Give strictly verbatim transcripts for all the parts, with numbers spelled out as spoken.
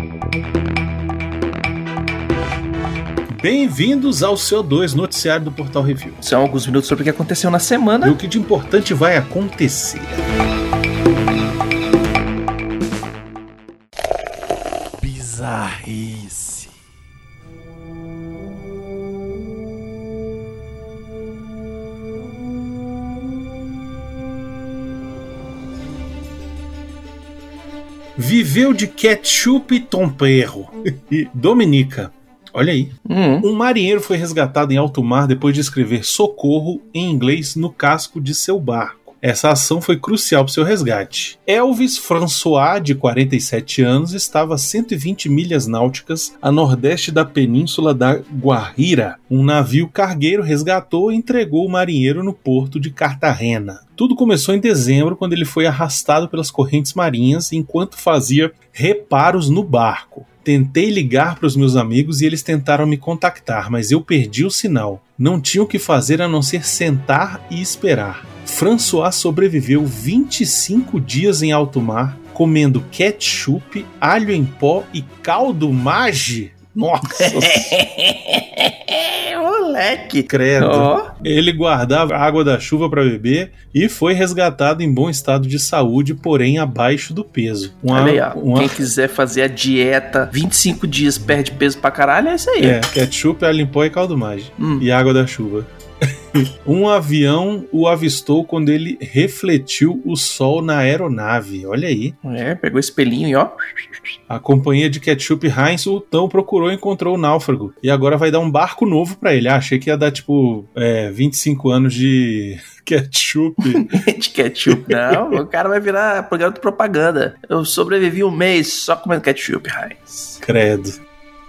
Bem-vindos ao C O dois, noticiário do Portal Review. São alguns minutos sobre o que aconteceu na semana e o que de importante vai acontecer. Bizarrice. Viveu de ketchup e tempero. E Dominica. Olha aí. Uhum. Um marinheiro foi resgatado em alto mar depois de escrever socorro em inglês no casco de seu barco. Essa ação foi crucial para o seu resgate. Elvis François, de quarenta e sete anos, estava a cento e vinte milhas náuticas a nordeste da península da Guajira. Um navio cargueiro resgatou e entregou o marinheiro no porto de Cartagena. Tudo começou em dezembro, quando ele foi arrastado pelas correntes marinhas enquanto fazia reparos no barco. Tentei ligar para os meus amigos e eles tentaram me contactar, mas eu perdi o sinal. Não tinha o que fazer a não ser sentar e esperar. François sobreviveu vinte e cinco dias em alto mar, comendo ketchup, alho em pó e caldo Maggi. Nossa! Moleque! Credo! Oh. Ele guardava a água da chuva para beber e foi resgatado em bom estado de saúde, porém abaixo do peso. Uma, Olha aí, uma... Quem quiser fazer a dieta vinte e cinco dias, perde peso pra caralho, é isso aí. É, ketchup, alho em pó e caldo Maggi. Hum. E água da chuva. Um avião o avistou quando ele refletiu o sol na aeronave. Olha aí. É, pegou espelhinho e ó. A companhia de ketchup Heinz o tão procurou e encontrou o náufrago. E agora vai dar um barco novo pra ele. Ah, achei que ia dar tipo é, vinte e cinco anos de ketchup. De ketchup, não. O cara vai virar programa de propaganda. Eu sobrevivi um mês só comendo ketchup Heinz. Credo.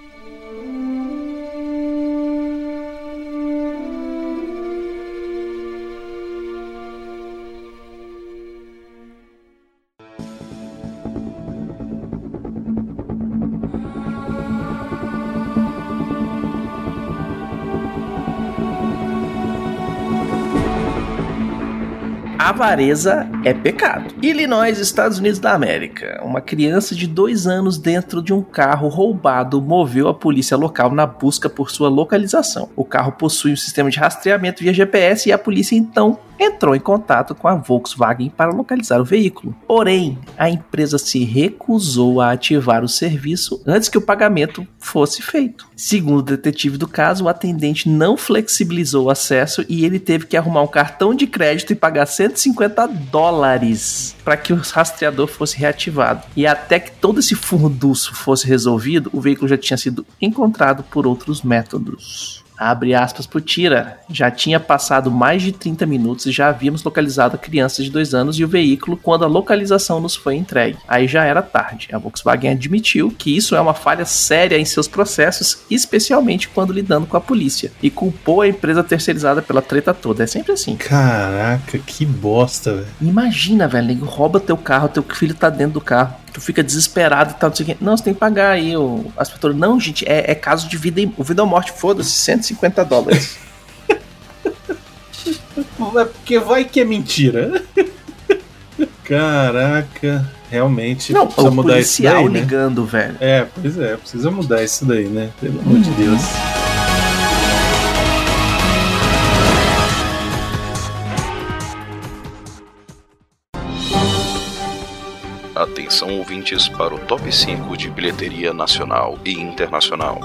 Avareza é pecado. Illinois, Estados Unidos da América. Uma criança de dois anos dentro de um carro roubado moveu a polícia local na busca por sua localização. O carro possui um sistema de rastreamento via G P S e a polícia então entrou em contato com a Volkswagen para localizar o veículo. Porém, a empresa se recusou a ativar o serviço antes que o pagamento fosse feito. Segundo o detetive do caso, o atendente não flexibilizou o acesso e ele teve que arrumar um cartão de crédito e pagar cento e cinquenta dólares para que o rastreador fosse reativado. E até que todo esse furdunço fosse resolvido, o veículo já tinha sido encontrado por outros métodos. Abre aspas pro Tira. Já tinha passado mais de trinta minutos e já havíamos localizado a criança de dois anos e o veículo quando a localização nos foi entregue. Aí já era tarde. A Volkswagen admitiu que isso é uma falha séria em seus processos, especialmente quando lidando com a polícia, e culpou a empresa terceirizada pela treta toda. É sempre assim. Caraca, que bosta, velho. Imagina, velho, nego rouba teu carro, teu filho tá dentro do carro. Tu fica desesperado e tal, não sei o que. Não, você tem que pagar aí. O... As pessoas, não, gente, é, é caso de vida, o vida ou morte, foda-se, cento e cinquenta dólares. É porque vai que é mentira. Caraca, realmente. Não, precisa o mudar isso daí, policial né? ligando, velho. É, pois é, precisa mudar isso daí, né? Pelo amor de Deus. Atenção, ouvintes, para o top cinco de bilheteria nacional e internacional.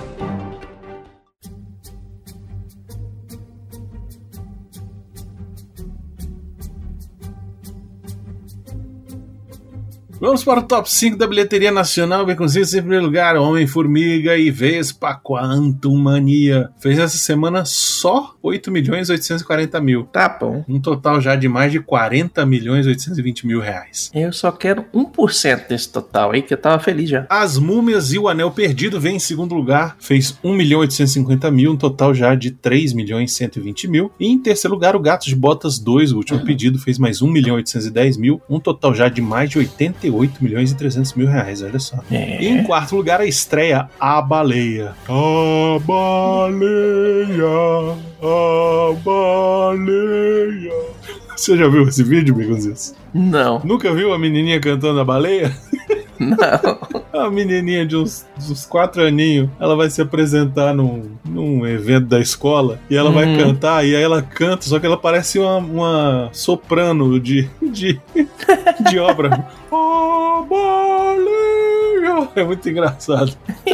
Vamos para o top cinco da bilheteria nacional, bem cozidos em primeiro lugar, Homem-Formiga e Vespa Quantum Mania. Fez essa semana só oito milhões oitocentos e quarenta mil. Tá bom. Um total já de mais de quarenta milhões oitocentos e vinte mil reais. Eu só quero um por cento desse total aí, que eu tava feliz já. As Múmias e o Anel Perdido vem em segundo lugar, fez um milhão oitocentos e cinquenta mil, um total já de três milhões cento e vinte mil. E em terceiro lugar, o Gatos de Botas dois, o último uhum. pedido, fez mais um milhão oitocentos e dez mil, um total já de mais de oitenta e oito milhões e trezentos mil reais, olha só. É. E em quarto lugar, a estreia A Baleia. A Baleia, A Baleia. Você já viu esse vídeo, Begonzitos? Não. Nunca viu a menininha cantando a baleia? Não. A menininha de uns, uns quatro aninhos, ela vai se apresentar num, num evento da escola e ela uhum. vai cantar, e aí ela canta, só que ela parece uma, uma soprano de, de, de ópera. A baleia! É muito engraçado.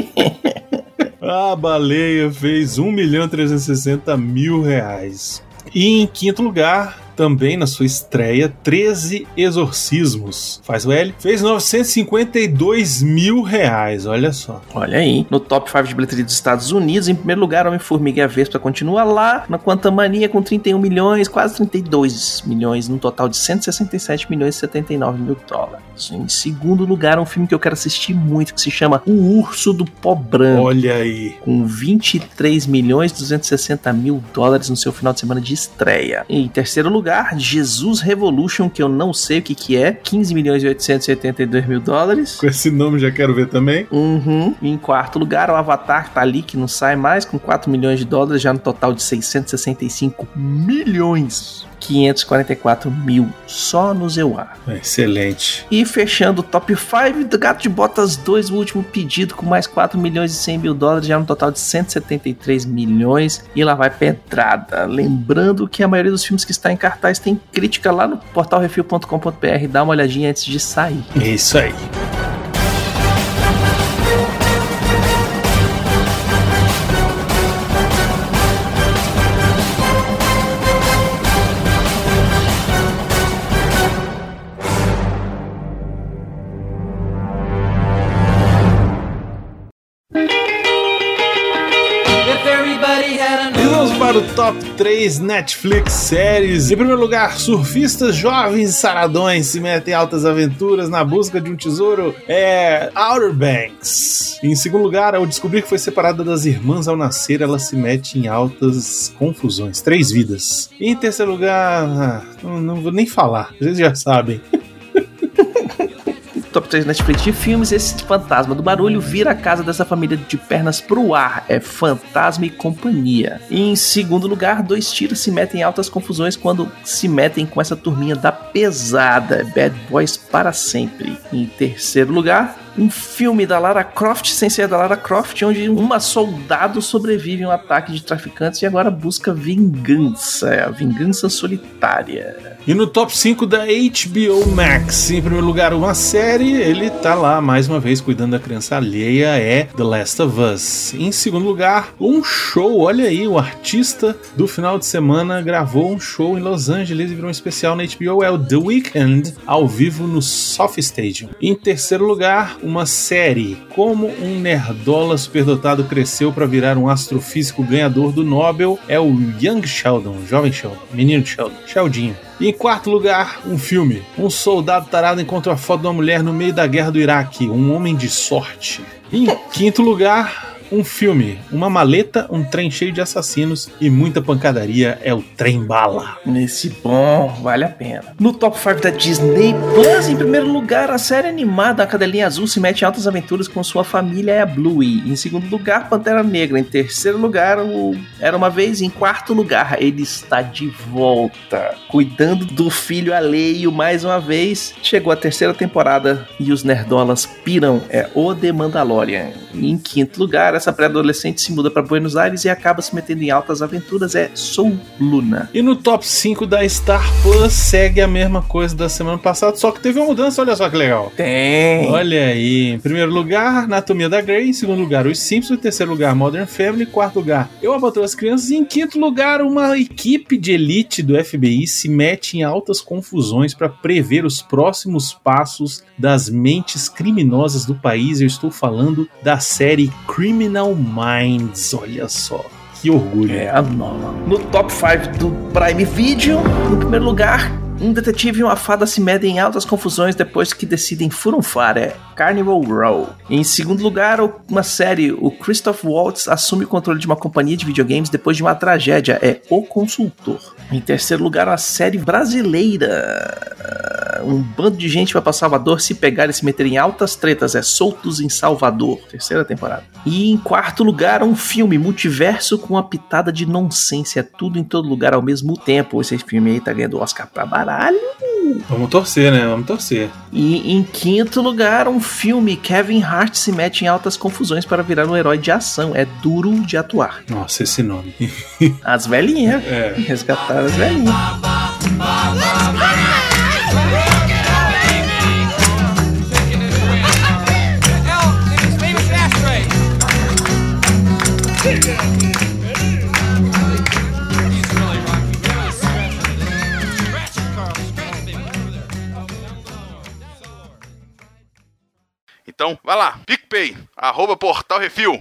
A baleia fez um milhão trezentos e sessenta mil reais. E em quinto lugar, também na sua estreia, treze Exorcismos. Faz o L. Fez novecentos e cinquenta e dois mil reais, olha só. Olha aí. No top cinco de bilheteria dos Estados Unidos, em primeiro lugar, Homem-Formiga e a Vespa continua lá, na Quantumania com trinta e um milhões, quase trinta e dois milhões, num total de cento e sessenta e sete milhões e setenta e nove mil dólares. Em segundo lugar, um filme que eu quero assistir muito, que se chama O Urso do Pó Branco. Olha aí. Com vinte e três milhões e duzentos e sessenta mil dólares no seu final de semana de estreia. Em terceiro lugar, Jesus Revolution, que eu não sei o que que é, quinze milhões e oitocentos e oitenta e dois mil dólares. Com esse nome já quero ver também. Uhum. Em quarto lugar, o Avatar, que tá ali, que não sai mais, com quatro milhões de dólares, já no total de seiscentos e sessenta e cinco milhões. quinhentos e quarenta e quatro mil só no Zeuar. Excelente. E fechando o top cinco do Gato de Botas dois, o último pedido, com mais quatro milhões e cem mil dólares, já no total de cento e setenta e três milhões. E lá vai pedrada. Lembrando que a maioria dos filmes que está em cartaz tem crítica lá no portal refil ponto com ponto b r. Dá uma olhadinha antes de sair. Isso aí. Para o top três Netflix séries. Em primeiro lugar, surfistas jovens e saradões se metem em altas aventuras na busca de um tesouro. É Outer Banks. Em segundo lugar, ao descobrir que foi separada das irmãs ao nascer, ela se mete em altas confusões. Três vidas. E em terceiro lugar, não, não vou nem falar, vocês já sabem. Top três Netflix de filmes, esse fantasma do barulho vira a casa dessa família de pernas pro ar. É Fantasma e Companhia. E em segundo lugar, dois tiros se metem em altas confusões quando se metem com essa turminha da pesada. Bad Boys para sempre. E em terceiro lugar, um filme da Lara Croft, sem ser da Lara Croft, onde uma soldado sobrevive a um ataque de traficantes e agora busca vingança. É a vingança solitária. E no top cinco da H B O Max, em primeiro lugar, uma série, ele tá lá mais uma vez cuidando da criança alheia, é The Last of Us. Em segundo lugar, um show, olha aí, o artista do final de semana gravou um show em Los Angeles e virou um especial na H B O, é o The Weeknd, ao vivo no Sophie Stadium. Em terceiro lugar, uma série, como um nerdola superdotado cresceu para virar um astrofísico ganhador do Nobel, é o Young Sheldon, jovem Sheldon, menino Sheldon, Sheldinho. E em quarto lugar, um filme. Um soldado tarado encontra a foto de uma mulher no meio da guerra do Iraque, um homem de sorte. E em quinto lugar, um filme. Uma maleta, um trem cheio de assassinos e muita pancadaria, é o Trem Bala. Nesse bom, vale a pena. No top cinco da Disney Plus, em primeiro lugar, a série animada A Cadelinha Azul se mete em altas aventuras com sua família, é a Bluey. Em segundo lugar, Pantera Negra. Em terceiro lugar, o Era Uma Vez. Em quarto lugar, ele está de volta, cuidando do filho alheio mais uma vez. Chegou a terceira temporada e os nerdolas piram, é o The Mandalorian. E em quinto lugar, essa pré-adolescente se muda para Buenos Aires e acaba se metendo em altas aventuras, é Soul Luna. E no top cinco da Star Plus segue a mesma coisa da semana passada, só que teve uma mudança, olha só que legal. Tem. Olha aí, em primeiro lugar, Anatomia da Grey, em segundo lugar, Os Simpsons, em terceiro lugar, Modern Family, em quarto lugar, Eu, a Patroa das Crianças, e em quinto lugar, uma equipe de elite do F B I se mete em altas confusões para prever os próximos passos das mentes criminosas do país. Eu estou falando da série Criminal Minds, olha só, que orgulho. É a nova. No top cinco do Prime Video, no primeiro lugar, um detetive e uma fada se medem em altas confusões depois que decidem furunfar, é Carnival Row. Em segundo lugar, uma série, o Christoph Waltz assume o controle de uma companhia de videogames depois de uma tragédia, é O Consultor. Em terceiro lugar, uma série brasileira, um bando de gente vai pra Salvador se pegar e se meter em altas tretas. É Soltos em Salvador, terceira temporada. E em quarto lugar, um filme, Multiverso com uma pitada de nonsense. É tudo em todo lugar ao mesmo tempo. Esse filme aí tá ganhando Oscar pra baralho. Vamos torcer, né? Vamos torcer. E em quinto lugar, um filme, Kevin Hart se mete em altas confusões para virar um herói de ação. É duro de atuar. Nossa, esse nome. As velhinhas. É. Resgataram as velhinhas. Então, vai lá, PicPay, arroba Portal Refil.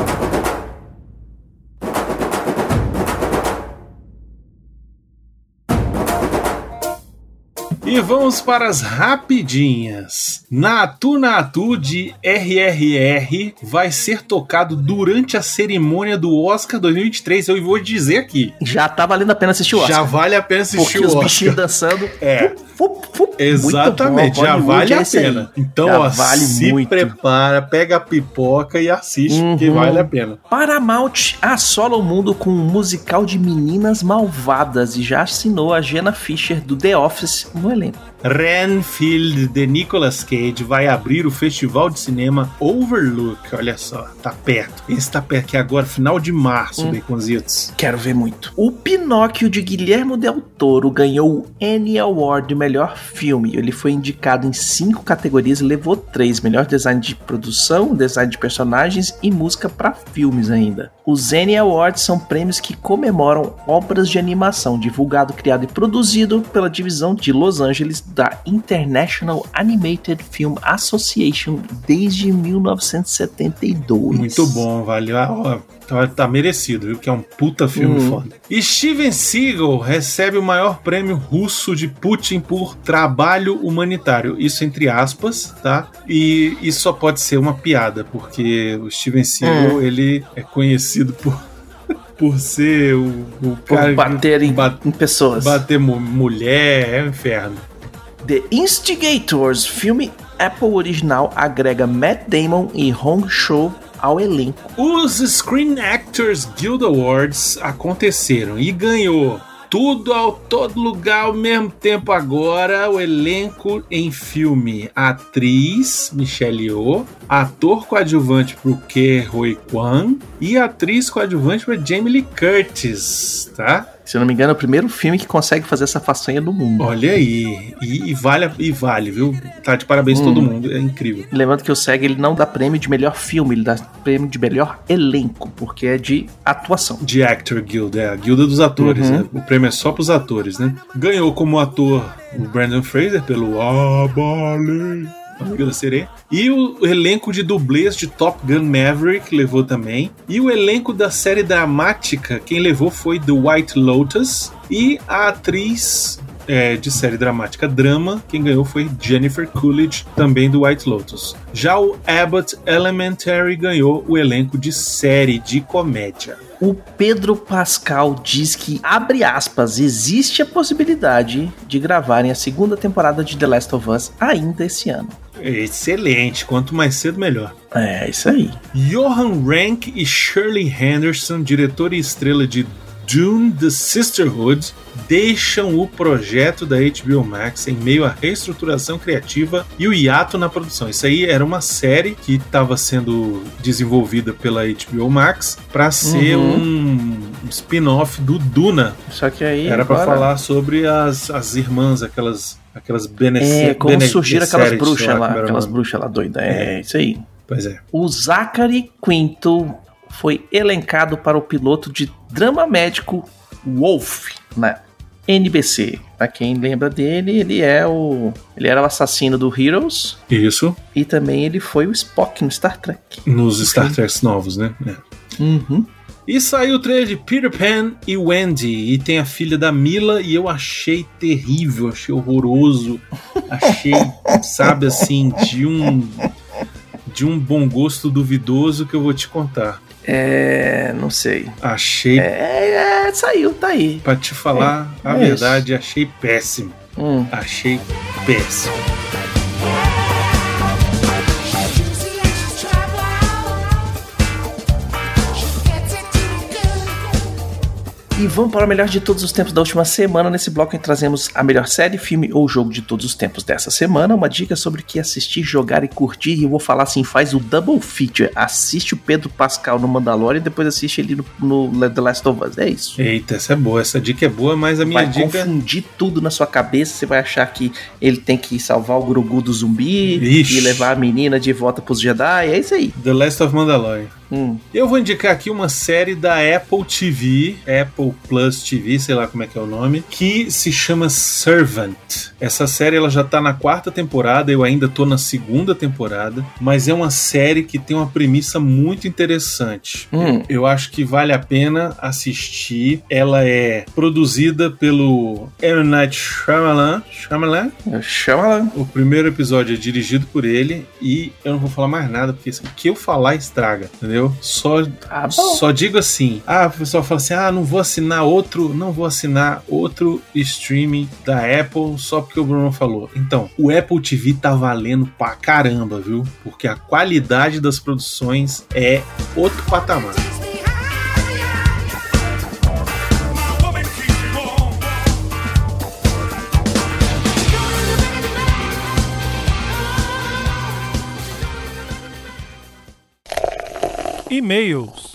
E vamos para as rapidinhas. Natu Natu de R R R vai ser tocado durante a cerimônia do Oscar dois mil e vinte e três. Eu vou dizer aqui. Já tá valendo a pena assistir o Oscar. Já vale a pena assistir porque o Oscar. Porque os bichinhos dançando. É. Fup, fup, Exatamente, já vale a pena. Aí. Então, já ó, vale se muito. prepara, pega a pipoca e assiste, uhum. que vale a pena. Paramount assola o mundo com um musical de meninas malvadas e já assinou a Jenna Fischer do The Office no elenco. Renfield de Nicolas Cage vai abrir o festival de cinema Overlook. Olha só, tá perto. Esse tá perto, que é agora, final de março, hum. Baconzitos. Quero ver muito. O Pinóquio de Guillermo del Toro ganhou o Annie Award de melhor filme. Ele foi indicado em cinco categorias e levou três. Melhor design de produção, design de personagens e música para filmes ainda. Os Annie Awards são prêmios que comemoram obras de animação, divulgado, criado e produzido pela divisão de Los Angeles da International Animated Film Association desde mil novecentos e setenta e dois. Muito bom, vale. Ó, tá, tá merecido, viu? Que é um puta filme hum. foda. E Steven Seagal recebe o maior prêmio russo de Putin por trabalho humanitário. Isso entre aspas, tá? E isso só pode ser uma piada, porque o Steven Seagal, hum. ele é conhecido por... por ser o, o por cara... bater em, bat, em pessoas. Bater mu- mulher, é um inferno. The Instigators, filme Apple original, agrega Matt Damon e Hong Chau ao elenco. Os Screen Actors Guild Awards aconteceram e ganhou tudo ao todo lugar ao mesmo tempo agora. O elenco em filme: atriz Michelle Yeoh, ator coadjuvante pro Ke Huy Quan e atriz coadjuvante para Jamie Lee Curtis, tá? Se eu não me engano, é o primeiro filme que consegue fazer essa façanha do mundo. Olha aí, e, e, vale, e vale, viu? Tá de parabéns hum. todo mundo, é incrível. Lembrando que o S E G ele não dá prêmio de melhor filme, ele dá prêmio de melhor elenco, porque é de atuação. De Actor Guild, é a guilda dos atores, uhum. né? O prêmio é só pros atores, né? Ganhou como ator o Brandon Fraser pelo Abale, Amigo da Sereia. E o elenco de dublês de Top Gun Maverick levou também. E o elenco da série dramática, quem levou foi The White Lotus. E a atriz é, de série dramática drama, quem ganhou foi Jennifer Coolidge, também do White Lotus. Já o Abbott Elementary ganhou o elenco de série de comédia. O Pedro Pascal diz que, abre aspas, existe a possibilidade de gravarem a segunda temporada de The Last of Us ainda esse ano. Excelente, quanto mais cedo melhor. É, isso aí. Johan Rank e Shirley Henderson, diretor e estrela de Dune The Sisterhood, deixam o projeto da H B O Max em meio à reestruturação criativa e o hiato na produção. Isso aí era uma série que estava sendo desenvolvida pela H B O Max para ser uhum. um spin-off do Duna. Só que aí era agora... para falar sobre as, as irmãs, aquelas aquelas beneficiárias. É, como Bene- surgiram aquelas bruxas lá, aquelas bruxas lá doidas. É, é, isso aí. Pois é. O Zachary Quinto foi elencado para o piloto de drama médico Wolf na N B C. Pra quem lembra dele, ele é o ele era o assassino do Heroes. Isso. E também ele foi o Spock no Star Trek. Nos Star Trek novos, né? É. Uhum. E saiu o trailer de Peter Pan e Wendy. E tem a filha da Mila. E eu achei terrível, achei horroroso. Achei, sabe assim, de um de um bom gosto duvidoso que eu vou te contar. É... não sei. Achei... É, é saiu, tá aí. Pra te falar é, a é verdade, isso. Achei péssimo. Hum. Achei péssimo. E vamos para o melhor de todos os tempos da última semana. Nesse bloco trazemos a melhor série, filme ou jogo de todos os tempos dessa semana. Uma dica sobre o que assistir, jogar e curtir. E eu vou falar assim, faz o double feature. Assiste o Pedro Pascal no Mandalorian e depois assiste ele no, no The Last of Us. É isso. Eita, essa é boa. Essa dica é boa, mas a minha vai dica... Vai confundir tudo na sua cabeça. Você vai achar que ele tem que salvar o Grogu do zumbi. Ixi. E levar a menina de volta pros Jedi. É isso aí. The Last of Mandalorian. Hum. Eu vou indicar aqui uma série da Apple T V, Apple Plus T V, sei lá como é que é o nome, que se chama Servant. Essa série ela já tá na quarta temporada, eu ainda tô na segunda temporada, mas é uma série que tem uma premissa muito interessante. Hum. Eu acho que vale a pena assistir. Ela é produzida pelo M. Night Shyamalan. Shyamalan? Shyamalan. O primeiro episódio é dirigido por ele e eu não vou falar mais nada, porque o que eu falar estraga, entendeu? Só, ah, só digo assim, ah, o pessoal fala assim, ah, não vou assinar outro, não vou assinar outro streaming da Apple só porque o Bruno falou. Então, o Apple T V tá valendo pra caramba, viu? Porque a qualidade das produções é outro patamar. E-mails.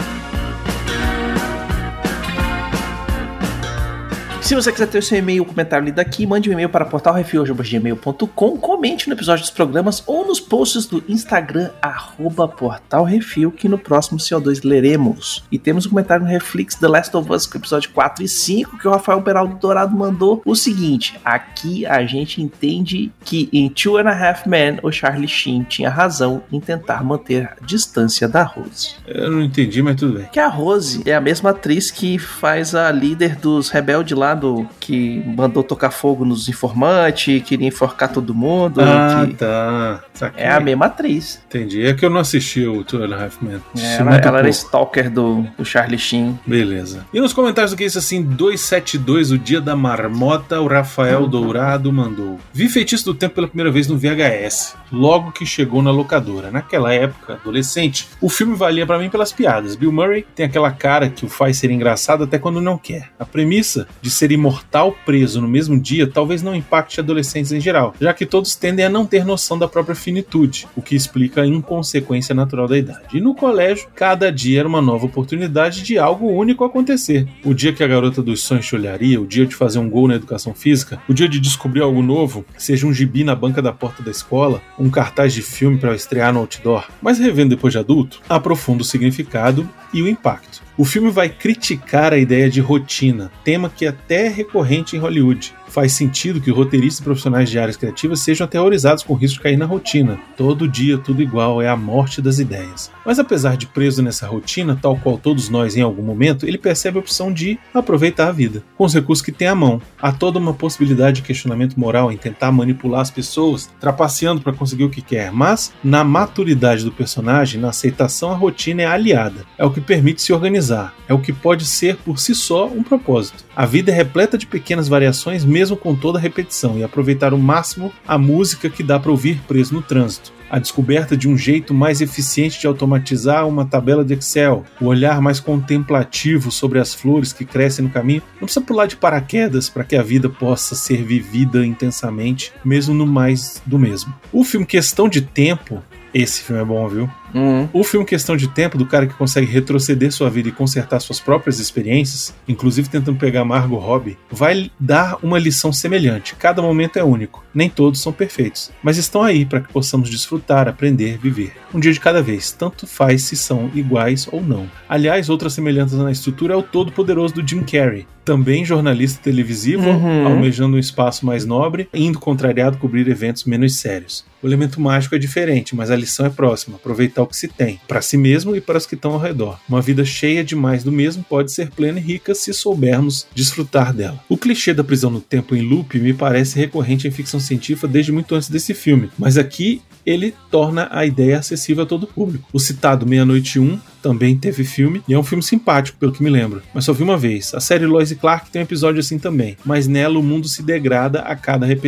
Se você quiser ter o seu e-mail ou comentário lido aqui, mande um e-mail para portal refil arroba gmail ponto com, comente no episódio dos programas ou nos posts do Instagram, arroba portalrefil, que no próximo C O dois leremos. E temos um comentário no Reflex The Last of Us, episódio quatro e cinco, que o Rafael Beraldo Dourado mandou o seguinte: aqui a gente entende que em Two and a Half Men, o Charlie Sheen tinha razão em tentar manter a distância da Rose. Eu não entendi, mas tudo bem. Que a Rose é a mesma atriz que faz a líder dos rebeldes lá, do, que mandou tocar fogo nos informantes, queria enforcar todo mundo. Ah, que tá. Saquei. É a mesma atriz. Entendi. É que eu não assisti o Two and a Half Men. É, ela ela era stalker do, do Charlie Sheen. Beleza. E nos comentários do que isso assim, duzentos e setenta e dois, o dia da marmota, o Rafael uhum. Dourado mandou: vi Feitiço do Tempo pela primeira vez no V H S, logo que chegou na locadora. Naquela época, adolescente, o filme valia pra mim pelas piadas. Bill Murray tem aquela cara que o faz ser engraçado até quando não quer. A premissa de ser imortal preso no mesmo dia talvez não impacte adolescentes em geral, já que todos tendem a não ter noção da própria finitude, o que explica a inconsequência natural da idade. E no colégio, cada dia era uma nova oportunidade de algo único acontecer. O dia que a garota dos sonhos te olharia, o dia de fazer um gol na educação física, o dia de descobrir algo novo, seja um gibi na banca da porta da escola, um cartaz de filme para estrear no outdoor. Mas revendo depois de adulto, aprofunda o significado e o impacto. O filme vai criticar a ideia de rotina, tema que até é recorrente em Hollywood. Faz sentido que roteiristas e profissionais de áreas criativas sejam aterrorizados com o risco de cair na rotina. Todo dia, tudo igual, é a morte das ideias. Mas apesar de preso nessa rotina, tal qual todos nós em algum momento, ele percebe a opção de aproveitar a vida, com os recursos que tem à mão. Há toda uma possibilidade de questionamento moral em tentar manipular as pessoas, trapaceando para conseguir o que quer, mas na maturidade do personagem, na aceitação, a rotina é aliada. É o que permite se organizar, é o que pode ser por si só um propósito. A vida é repleta de pequenas variações, mesmo com toda a repetição, e aproveitar o máximo a música que dá para ouvir preso no trânsito. A descoberta de um jeito mais eficiente de automatizar uma tabela de Excel, o olhar mais contemplativo sobre as flores que crescem no caminho. Não precisa pular de paraquedas para que a vida possa ser vivida intensamente, mesmo no mais do mesmo. O filme Questão de Tempo, esse filme é bom, viu? Uhum. O filme Questão de Tempo, do cara que consegue retroceder sua vida e consertar suas próprias experiências, inclusive tentando pegar Margot Robbie, vai dar uma lição semelhante. Cada momento é único, nem todos são perfeitos, mas estão aí para que possamos desfrutar, aprender, viver. Um dia de cada vez, tanto faz se são iguais ou não. Aliás, outra semelhança na estrutura é o todo-poderoso do Jim Carrey, também jornalista televisivo, uhum. almejando um espaço mais nobre, indo contrariado cobrir eventos menos sérios. O elemento mágico é diferente, mas a lição é próxima: aproveitar o que se tem, para si mesmo e para os que estão ao redor. Uma vida cheia de mais do mesmo pode ser plena e rica se soubermos desfrutar dela. O clichê da prisão no tempo em loop me parece recorrente em ficção científica desde muito antes desse filme, mas aqui ele torna a ideia acessível a todo o público. O citado Meia-Noite um também teve filme, e é um filme simpático, pelo que me lembro, mas só vi uma vez. A série Lois e Clark tem um episódio assim também, mas nela o mundo se degrada a cada repetição.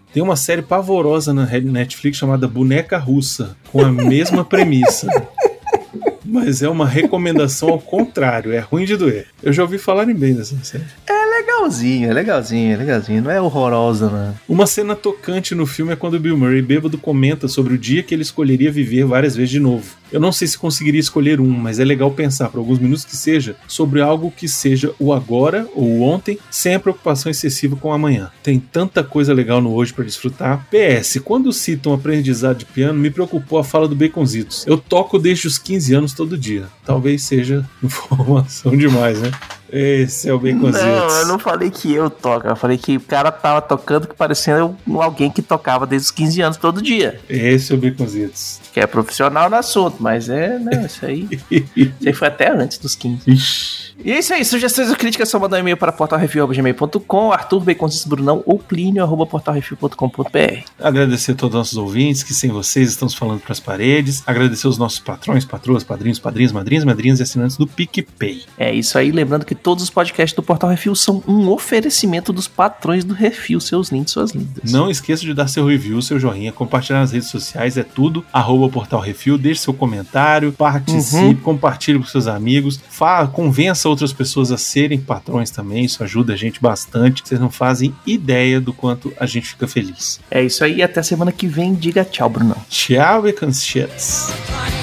Tem uma série pavorosa na Netflix chamada Boneca Russa, com a mesma premissa. Mas é uma recomendação ao contrário, é ruim de doer. Eu já ouvi falarem bem dessa série. É legalzinho, é legalzinho, é legalzinho. Não é horrorosa, não. Uma cena tocante no filme é quando o Bill Murray, bêbado, comenta sobre o dia que ele escolheria viver várias vezes de novo. Eu não sei se conseguiria escolher um, mas é legal pensar, por alguns minutos que seja, sobre algo que seja o agora ou o ontem, sem a preocupação excessiva com o amanhã. Tem tanta coisa legal no hoje para desfrutar. P S, quando citam aprendizado de piano, me preocupou a fala do Baconzitos. Eu toco desde os quinze anos todo dia. Talvez seja informação demais, né? Esse é o Baconzitos. Não, eu não falei que eu toco, eu falei que o cara tava tocando que parecendo alguém que tocava desde os quinze anos todo dia. Esse é o Baconzitos. Que é profissional no assunto, mas é, né, isso aí. Isso aí foi até antes dos quinze. Ixi. E é isso aí, sugestões ou críticas só mandar um e-mail para portal refil arroba gmail ponto com, Arthur, Baconzitos, Brunão ou Plínio arroba portal refil ponto com ponto b r. Agradecer a todos os nossos ouvintes, que sem vocês estamos falando para as paredes. Agradecer os nossos patrões, patroas, padrinhos, padrinhos, madrinhas, madrinhas e assinantes do PicPay. É isso aí, lembrando que todos os podcasts do Portal Refil são um oferecimento dos patrões do Refil, seus lindos, suas lindas. Não esqueça de dar seu review, seu joinha, compartilhar nas redes sociais, é tudo, arroba Portal Refil, deixe seu comentário, participe, uhum. compartilhe com seus amigos, fa- convença outras pessoas a serem patrões também, isso ajuda a gente bastante, vocês não fazem ideia do quanto a gente fica feliz. É isso aí, até semana que vem, diga tchau, Brunão. Tchau, Baconzitos.